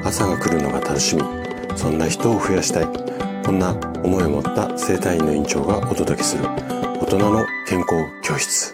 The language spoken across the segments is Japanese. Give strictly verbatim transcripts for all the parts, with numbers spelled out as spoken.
朝が来るのが楽しみ、そんな人を増やしたい、こんな思いを持った整体院の院長がお届けする大人の健康教室。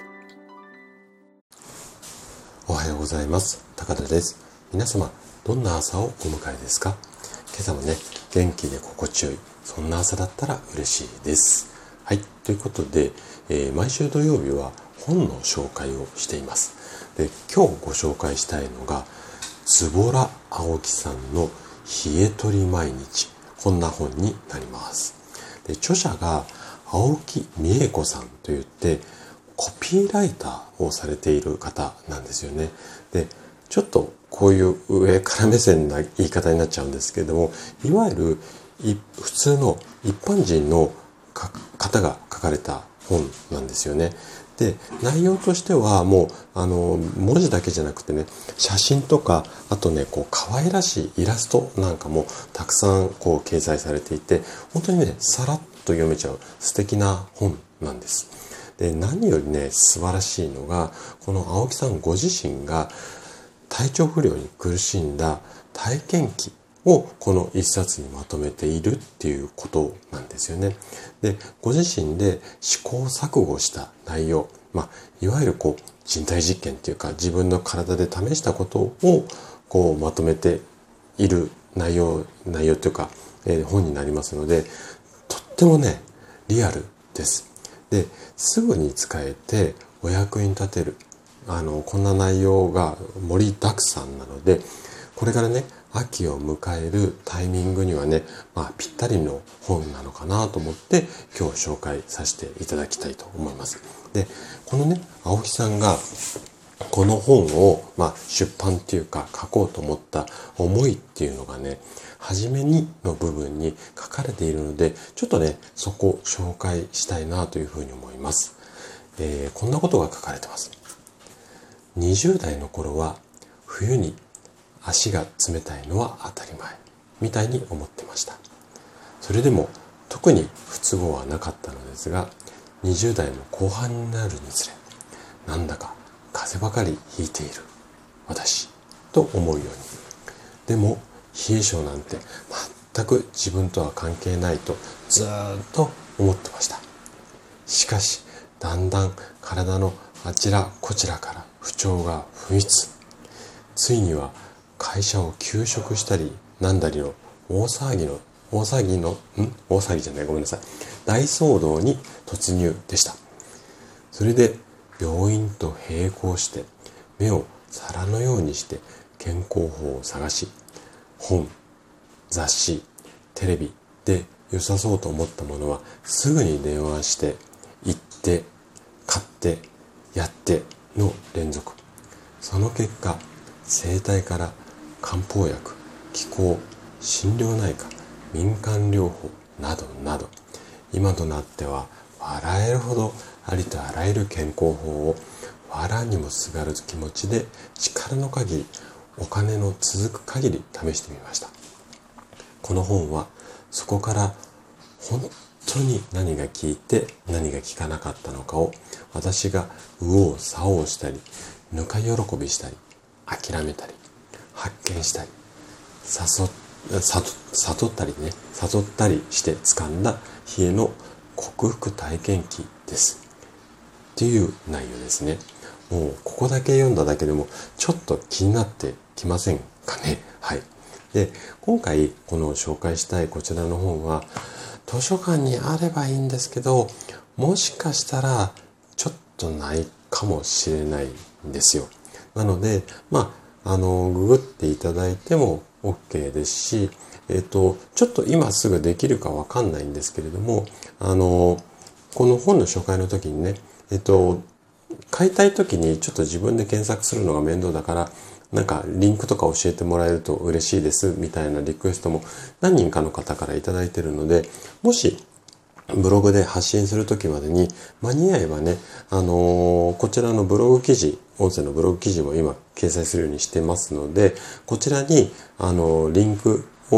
おはようございます。高田です。皆様どんな朝をお迎えですか？今朝もね、元気で心地よい、そんな朝だったら嬉しいです。はい、ということで、えー、毎週土曜日は本の紹介をしています。で、今日ご紹介したいのが坪良青木さんの冷え取り毎日、こんな本になります。で、著者が青木美恵子さんといってコピーライターをされている方なんですよね。で、ちょっとこういう上から目線な言い方になっちゃうんですけれども、いわゆる普通の一般人の方が書かれた本なんですよね。で、内容としてはもうあの文字だけじゃなくてね、写真とか、あとね、こう可愛らしいイラストなんかもたくさんこう掲載されていて、本当にね、さらっと読めちゃう素敵な本なんです。で、何よりね、素晴らしいのが、この青木さんご自身が体調不良に苦しんだ体験記をこの一冊にまとめているっていうことなんですよね。で、ご自身で試行錯誤した内容、まあ、いわゆるこう人体実験っていうか、自分の体で試したことをこうまとめている内容、内容というか、えー、本になりますので、とってもね、リアルです。で、すぐに使えてお役に立てる、あの、こんな内容が盛りだくさんなので、これからね、秋を迎えるタイミングにはね、まあぴったりの本なのかなと思って今日紹介させていただきたいと思います。で、このね、青木さんがこの本を、まあ、出版っていうか書こうと思った思いっていうのがね、初めにの部分に書かれているので、ちょっとね、そこを紹介したいなというふうに思います。えー、こんなことが書かれてます。にじゅう代の頃は冬に足が冷たいのは当たり前みたいに思ってました。それでも特に不都合はなかったのですが、にじゅう代の後半になるにつれ、なんだか風邪ばかりひいている私と思うように。でも冷え性なんて全く自分とは関係ないとずーっと思ってました。しかしだんだん体のあちらこちらから不調が不密。ついには会社を休職したりなんだりの大騒ぎの大騒ぎのん大騒ぎじゃないごめんなさい大騒動に突入でした。それで病院と並行して目を皿のようにして健康法を探し、本、雑誌、テレビで良さそうと思ったものはすぐに電話して行って買ってやっての連続。その結果、整体から漢方薬、気功、心療内科、民間療法などなど、今となっては笑えるほどありとあらゆる健康法を藁にもすがる気持ちで力の限り、お金の続く限り試してみました。この本はそこから本当に何が効いて何が効かなかったのかを私が右往左往したり、ぬか喜びしたり、諦めたり、発見したり、誘悟ったりね、誘ったりして掴んだ冷えの克服体験記ですっていう内容ですね。もうここだけ読んだだけでもちょっと気になってきませんかね。はい。で、今回この紹介したいこちらの本は図書館にあればいいんですけど、もしかしたらちょっとないかもしれないんですよ。なので、まあ、あの、ググっていただいても OK ですし、えっと、ちょっと今すぐできるかわかんないんですけれども、あの、この本の紹介の時にね、えっと、買いたい時にちょっと自分で検索するのが面倒だから、なんかリンクとか教えてもらえると嬉しいですみたいなリクエストも何人かの方からいただいているので、もしブログで発信するときまでに間に合えばね、あのー、こちらのブログ記事、音声のブログ記事も今掲載するようにしてますので、こちらに、あのー、リンクを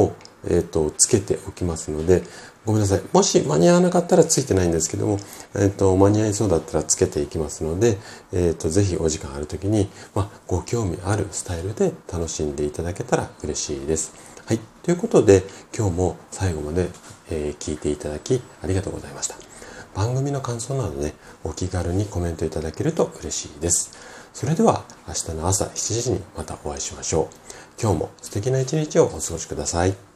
えっと、つけておきますので、ごめんなさい。もし間に合わなかったらついてないんですけども、えっと、間に合いそうだったらつけていきますので、えっと、ぜひお時間あるときに、まあ、ご興味あるスタイルで楽しんでいただけたら嬉しいです。はい。ということで、今日も最後まで、えー、聞いていただきありがとうございました。番組の感想などね、お気軽にコメントいただけると嬉しいです。それでは、明日の朝しちじにまたお会いしましょう。今日も素敵な一日をお過ごしください。